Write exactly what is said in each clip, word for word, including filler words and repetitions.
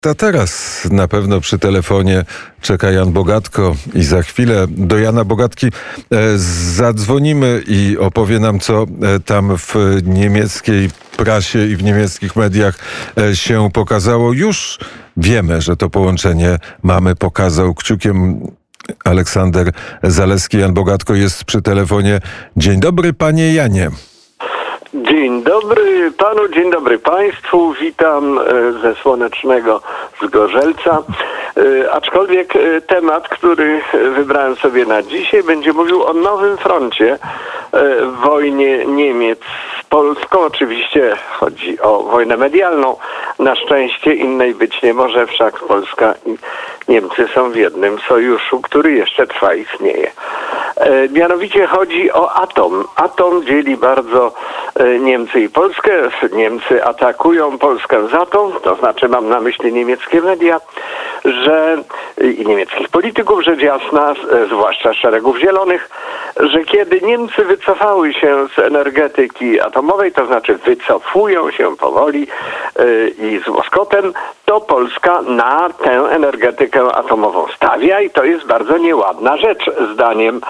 A teraz na pewno przy telefonie czeka Jan Bogatko i za chwilę do Jana Bogatki e, zadzwonimy i opowie nam, co e, tam w niemieckiej prasie i w niemieckich mediach e, się pokazało. Już wiemy, że to połączenie mamy, pokazał kciukiem Aleksander Zalewski. Jan Bogatko jest przy telefonie. Dzień dobry, panie Janie. Dzień dobry panu, dzień dobry państwu. Witam ze słonecznego Zgorzelca. Aczkolwiek temat, który wybrałem sobie na dzisiaj, będzie mówił o nowym froncie w wojnie Niemiec z Polską. Oczywiście chodzi o wojnę medialną. Na szczęście innej być nie może, wszak Polska i Niemcy są w jednym sojuszu, który jeszcze trwa, istnieje. Mianowicie chodzi o atom. Atom dzieli bardzo Niemcy i Polskę. Niemcy atakują Polskę za to, to znaczy mam na myśli niemieckie media, że i niemieckich polityków, rzecz jasna, zwłaszcza szeregów zielonych, że kiedy Niemcy wycofały się z energetyki atomowej, to znaczy wycofują się powoli yy, i z łoskotem, to Polska na tę energetykę atomową stawia i to jest bardzo nieładna rzecz, zdaniem,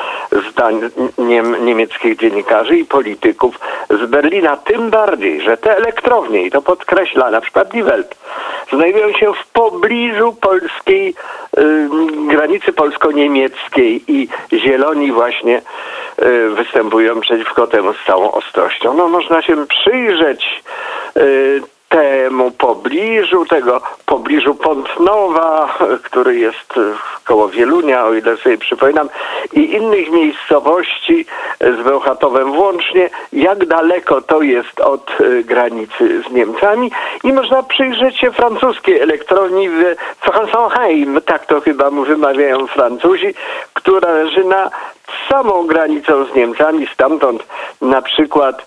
zdaniem niemieckich dziennikarzy i polityków z Berlina. Tym bardziej, że te elektrownie, i to podkreśla na przykład Die Welt, znajdują się w pobliżu polskiej y, granicy polsko-niemieckiej i zieloni właśnie y, występują przeciwko temu z całą ostrością. No można się przyjrzeć y, temu pobliżu, tego pobliżu Pątnowa, który jest koło Wielunia, o ile sobie przypominam, i innych miejscowości z Bełchatowem włącznie, jak daleko to jest od granicy z Niemcami, i można przyjrzeć się francuskiej elektrowni w Frankenheim, tak to chyba mu wymawiają Francuzi, która leży na samą granicą z Niemcami, stamtąd na przykład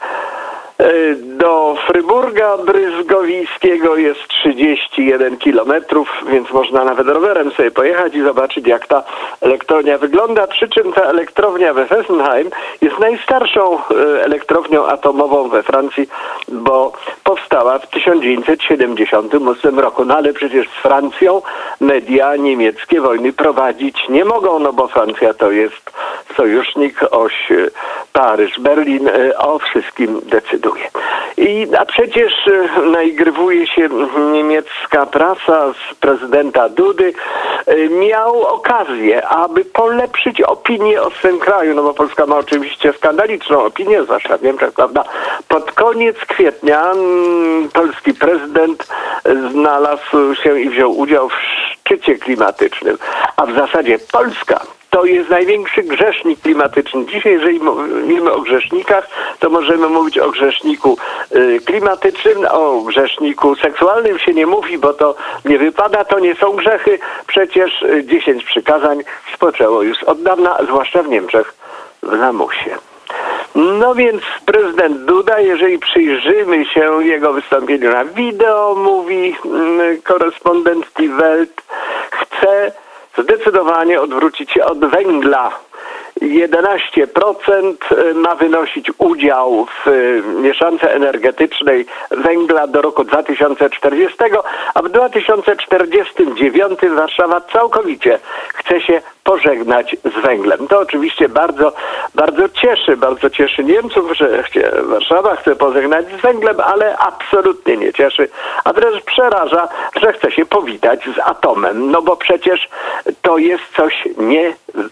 do Fryburga Bryzgowińskiego jest trzydzieści jeden kilometrów, więc można nawet rowerem sobie pojechać i zobaczyć, jak ta elektrownia wygląda. Przy czym ta elektrownia we Fessenheim jest najstarszą elektrownią atomową we Francji, bo powstała w tysiąc dziewięćset siedemdziesiątym ósmym roku. No ale przecież z Francją media niemieckie wojny prowadzić nie mogą, no bo Francja to jest sojusznik, oś Paryż, Berlin o wszystkim decyduje. I, a przecież naigrywuje się niemiecka prasa z prezydenta Dudy. Miał okazję, aby polepszyć opinię o swym kraju, no bo Polska ma oczywiście skandaliczną opinię, zwłaszcza w Niemczech, prawda? Pod koniec kwietnia polski prezydent znalazł się i wziął udział w szczycie klimatycznym, a w zasadzie Polska to jest największy grzesznik klimatyczny. Dzisiaj, jeżeli mówimy o grzesznikach, to możemy mówić o grzeszniku y, klimatycznym, o grzeszniku seksualnym się nie mówi, bo to nie wypada, to nie są grzechy. Przecież y, dziesięć przykazań spoczęło już od dawna, zwłaszcza w Niemczech, w lamusie. No więc prezydent Duda, jeżeli przyjrzymy się jego wystąpieniu na wideo, mówi y, korespondent Die Welt, chce zdecydowanie odwrócić się od węgla. jedenaście procent ma wynosić udział w mieszance energetycznej węgla do roku dwa tysiące czterdziestego, a w dwa tysiące czterdziestym dziewiątym Warszawa całkowicie chce się pożegnać z węglem. To oczywiście bardzo, bardzo cieszy, bardzo cieszy Niemców, że chcie, Warszawa chce pożegnać z węglem, ale absolutnie nie cieszy, a wręcz przeraża, że chce się powitać z atomem. No bo przecież to jest coś nie,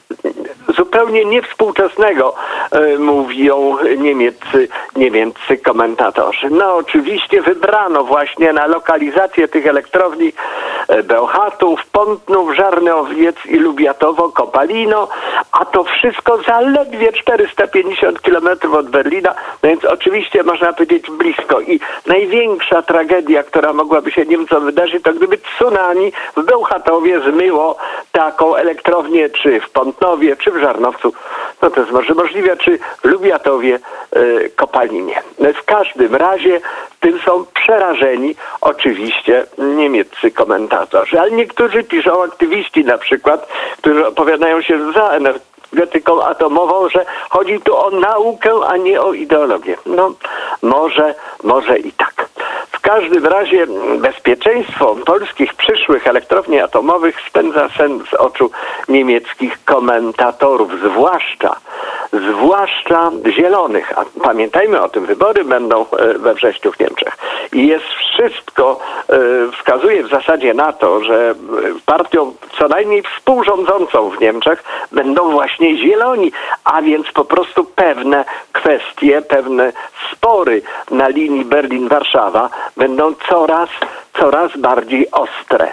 zupełnie niewspółczesnego, e, mówią niemieccy, niemieccy komentatorzy. No oczywiście wybrano właśnie na lokalizację tych elektrowni e, Bełchatów, Pątnów, Żarnowiec i Lubiatowo, Kopalino, a to wszystko zaledwie czterysta pięćdziesiąt kilometrów od Berlina, no więc oczywiście można powiedzieć blisko. I największa tragedia, która mogłaby się Niemcom wydarzyć, to gdyby tsunami w Bełchatowie zmyło taką elektrownię, czy w Pątnowie, czy w Żarnowcu, no to jest może możliwe, czy w Lubiatowie, y, Kopalinie. W każdym razie tym są przerażeni oczywiście niemieccy komentatorzy, ale niektórzy piszą, aktywiści na przykład, którzy opowiadają się za energetyką atomową, że chodzi tu o naukę, a nie o ideologię. No może, może i tak. W każdym razie bezpieczeństwo polskich przyszłych elektrowni atomowych spędza sen z oczu niemieckich komentatorów, zwłaszcza, zwłaszcza zielonych. A pamiętajmy o tym, wybory będą we wrześniu w Niemczech. I jest wszystko, wskazuje w zasadzie na to, że partią co najmniej współrządzącą w Niemczech będą właśnie zieloni, a więc po prostu pewne kwestie, pewne spory na linii Berlin-Warszawa będą coraz, coraz bardziej ostre.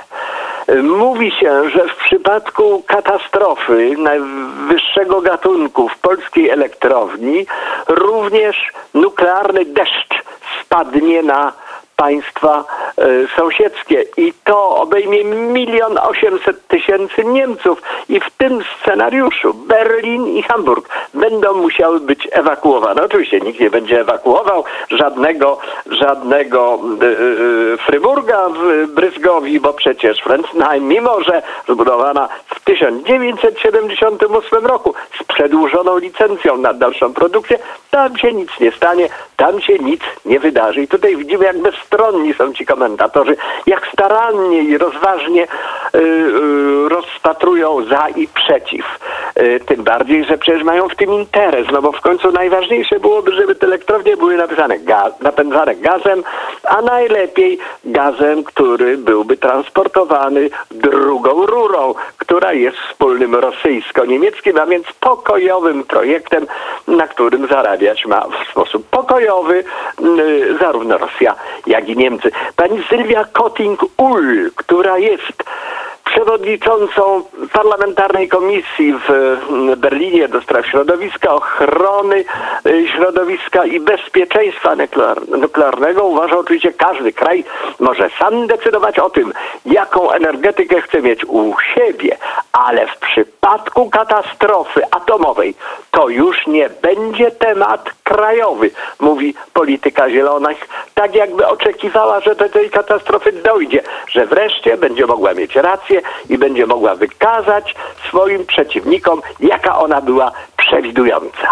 Mówi się, że w przypadku katastrofy najwyższego gatunku w polskiej elektrowni również nuklearny deszcz spadnie na państwa y, sąsiedzkie i to obejmie milion osiemset tysięcy Niemców i w tym scenariuszu Berlin i Hamburg będą musiały być ewakuowane. Oczywiście nikt nie będzie ewakuował żadnego, żadnego y, y, Fryburga w Bryzgowi, bo przecież Frensheim, mimo że zbudowana w tysiąc dziewięćset siedemdziesiątym ósmym roku z przedłużoną licencją na dalszą produkcję, tam się nic nie stanie, tam się nic nie wydarzy. I tutaj widzimy, jak bezstronni są ci komentatorzy, jak starannie i rozważnie y, y, rozpatrują za i przeciw. Y, tym bardziej, że przecież mają w tym interes, no bo w końcu najważniejsze byłoby, żeby te elektrownie były napisane gaz, napędzane gazem, a najlepiej gazem, który byłby transportowany drugą rurą, która jest wspólnym rosyjsko-niemieckim, a więc pokojowym projektem, na którym zarabiać ma w sposób pokojowy y, zarówno Rosja, jak i Niemcy. Pani Sylwia Kotting-Ull, która jest przewodniczącą parlamentarnej komisji w Berlinie do spraw środowiska, ochrony środowiska i bezpieczeństwa nuklearnego, uważa, oczywiście każdy kraj może sam decydować o tym, jaką energetykę chce mieć u siebie, ale w przypadku katastrofy atomowej to już nie będzie temat krajowy, mówi polityka zielonych, tak jakby oczekiwała, że do tej katastrofy dojdzie, że wreszcie będzie mogła mieć rację i będzie mogła wykazać swoim przeciwnikom, jaka ona była przewidująca.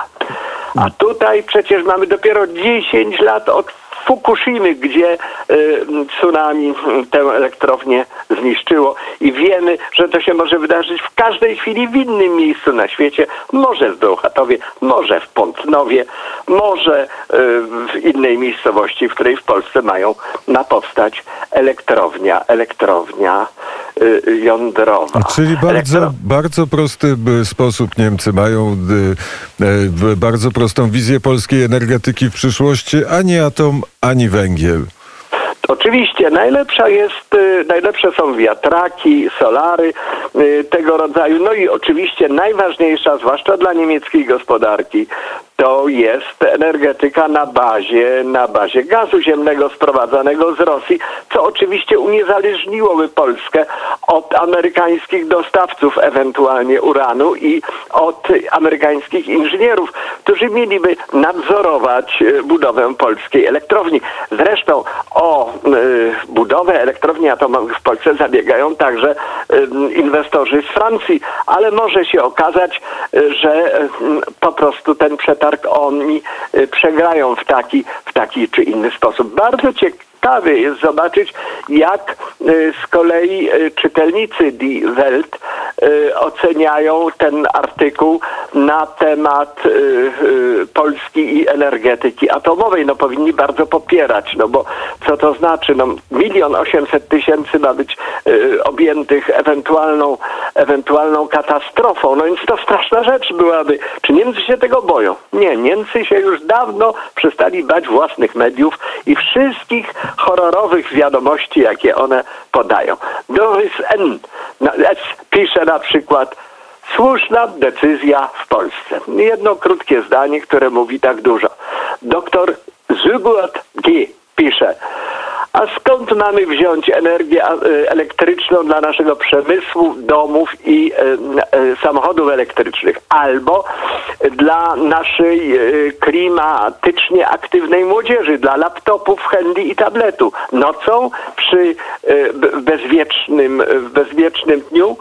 A tutaj przecież mamy dopiero dziesięć lat od Fukushimy, gdzie y, tsunami tę elektrownię zniszczyło i wiemy, że to się może wydarzyć w każdej chwili w innym miejscu na świecie, może w Bełchatowie, może w Pątnowie, może y, w innej miejscowości, w której w Polsce mają ma powstać elektrownia, elektrownia y, jądrowa. Czyli bardzo, Elektro... bardzo prosty sposób Niemcy mają y, y, bardzo prostą wizję polskiej energetyki w przyszłości, ani atom, ani węgiel. Oczywiście najlepsza jest, y, najlepsze są wiatraki, solary y, tego rodzaju. No i oczywiście najważniejsza, zwłaszcza dla niemieckiej gospodarki, to jest energetyka na bazie, na bazie gazu ziemnego sprowadzanego z Rosji, co oczywiście uniezależniłoby Polskę od amerykańskich dostawców ewentualnie uranu i od amerykańskich inżynierów, którzy mieliby nadzorować budowę polskiej elektrowni. Zresztą o y, budowę elektrowni atomowych w Polsce zabiegają także y, inwestorzy z Francji, ale może się okazać, y, że y, po prostu ten przetarg oni przegrają w taki, w taki czy inny sposób. Bardzo ciekawe jest zobaczyć, jak z kolei czytelnicy Die Welt oceniają ten artykuł na temat Polski i energetyki atomowej. No powinni bardzo popierać, no bo co to znaczy? No milion osiemset tysięcy ma być objętych ewentualną, ewentualną katastrofą. No więc to straszna rzecz byłaby. Czy Niemcy się tego boją? Nie, Niemcy się już dawno przestali bać własnych mediów i wszystkich horrorowych wiadomości, jakie one podają. Doris N. S. pisze na przykład: słuszna decyzja w Polsce. Jedno krótkie zdanie, które mówi tak dużo. Doktor Zygmunt G. pisze: a skąd mamy wziąć energię elektryczną dla naszego przemysłu, domów i e, e, samochodów elektrycznych? Albo dla naszej e, klimatycznie aktywnej młodzieży, dla laptopów, handy i tabletu. Nocą przy e, bezwiecznym, w bezwiecznym dniu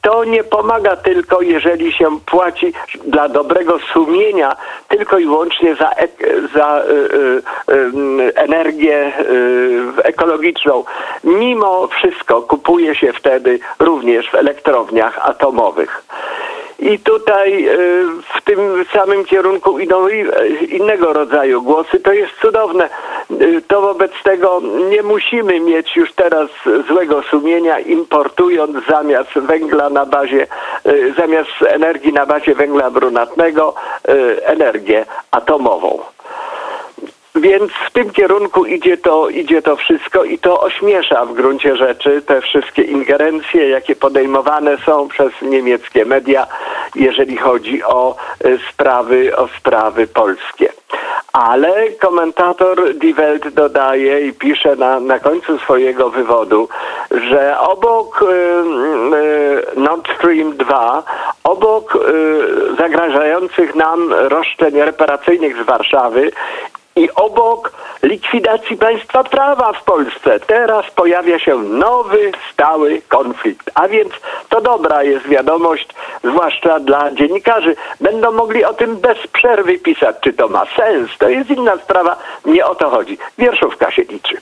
To nie pomaga tylko, jeżeli się płaci dla dobrego sumienia tylko i wyłącznie za, ek- za y, y, y, energię y, ekologiczną. Mimo wszystko kupuje się wtedy również w elektrowniach atomowych. I tutaj w tym samym kierunku idą innego rodzaju głosy. To jest cudowne. To wobec tego nie musimy mieć już teraz złego sumienia, importując zamiast węgla na bazie, zamiast energii na bazie węgla brunatnego, energię atomową. Więc w tym kierunku idzie to, idzie to wszystko i to ośmiesza w gruncie rzeczy te wszystkie ingerencje, jakie podejmowane są przez niemieckie media, jeżeli chodzi o sprawy, o sprawy polskie. Ale komentator Die Welt dodaje i pisze na, na końcu swojego wywodu, że obok y, y, Nord Stream dwa, obok y, zagrażających nam roszczeń reparacyjnych z Warszawy i obok likwidacji państwa prawa w Polsce teraz pojawia się nowy, stały konflikt. A więc to dobra jest wiadomość, zwłaszcza dla dziennikarzy. Będą mogli o tym bez przerwy pisać. Czy to ma sens? To jest inna sprawa. Nie o to chodzi. Wierszówka się liczy.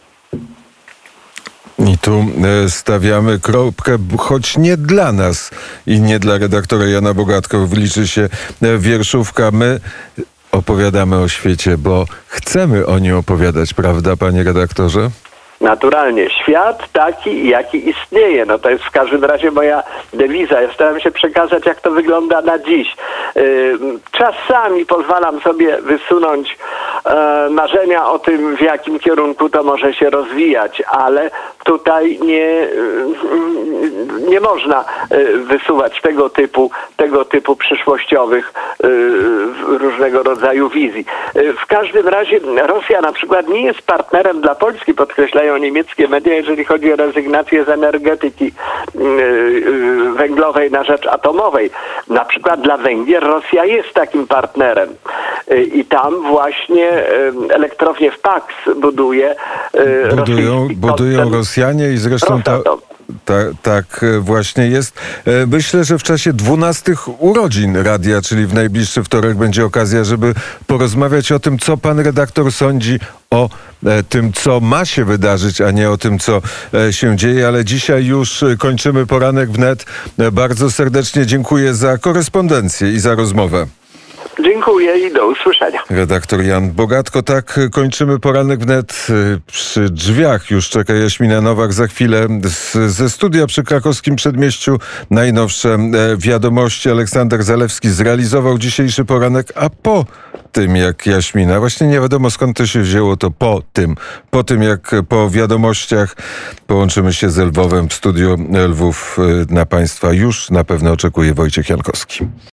I tu stawiamy kropkę, choć nie dla nas i nie dla redaktora Jana Bogatko liczy się wierszówka. My opowiadamy o świecie, bo chcemy o nim opowiadać, prawda, panie redaktorze? Naturalnie. Świat taki, jaki istnieje. No to jest w każdym razie moja dewiza. Ja staram się przekazać, jak to wygląda na dziś. Yy, czasami pozwalam sobie wysunąć e, marzenia o tym, w jakim kierunku to może się rozwijać, ale tutaj nie, nie można wysuwać tego typu, tego typu przyszłościowych różnego rodzaju wizji. W każdym razie Rosja na przykład nie jest partnerem dla Polski, podkreślają niemieckie media, jeżeli chodzi o rezygnację z energetyki węglowej na rzecz atomowej. Na przykład dla Węgier Rosja jest takim partnerem. I tam właśnie elektrownię w Paks buduje budują, budują Rosjanie i zresztą ta, ta, tak właśnie jest. Myślę, że w czasie dwunastych urodzin radia, czyli w najbliższy wtorek, będzie okazja, żeby porozmawiać o tym, co pan redaktor sądzi o tym, co ma się wydarzyć, a nie o tym, co się dzieje. Ale dzisiaj już kończymy poranek wnet. Bardzo serdecznie dziękuję za korespondencję i za rozmowę. Dziękuję i do usłyszenia. Redaktor Jan Bogatko. Tak kończymy poranek wnet. Przy drzwiach już czeka Jaśmina Nowak. Za chwilę z, ze studia przy krakowskim Przedmieściu najnowsze wiadomości. Aleksander Zalewski zrealizował dzisiejszy poranek, a po tym jak Jaśmina, właśnie nie wiadomo skąd to się wzięło, to po tym, po tym jak po wiadomościach połączymy się z Lwowem w studiu Lwów. Na Państwa już na pewno oczekuje Wojciech Jankowski.